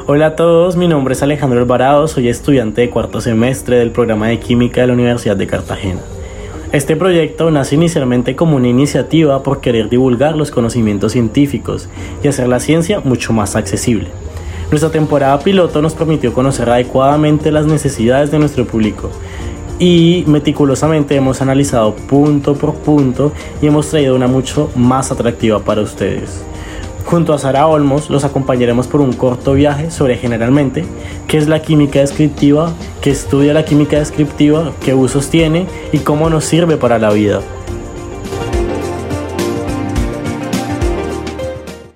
Hola a todos, mi nombre es Alejandro Alvarado, soy estudiante de cuarto semestre del programa de Química de la Universidad de Cartagena. Este proyecto nace inicialmente como una iniciativa por querer divulgar los conocimientos científicos y hacer la ciencia mucho más accesible. Nuestra temporada piloto nos permitió conocer adecuadamente las necesidades de nuestro público y meticulosamente hemos analizado punto por punto y hemos traído una mucho más atractiva para ustedes. Junto a Sara Olmos los acompañaremos por un corto viaje sobre generalmente qué es la química descriptiva, qué estudia la química descriptiva, qué usos tiene y cómo nos sirve para la vida.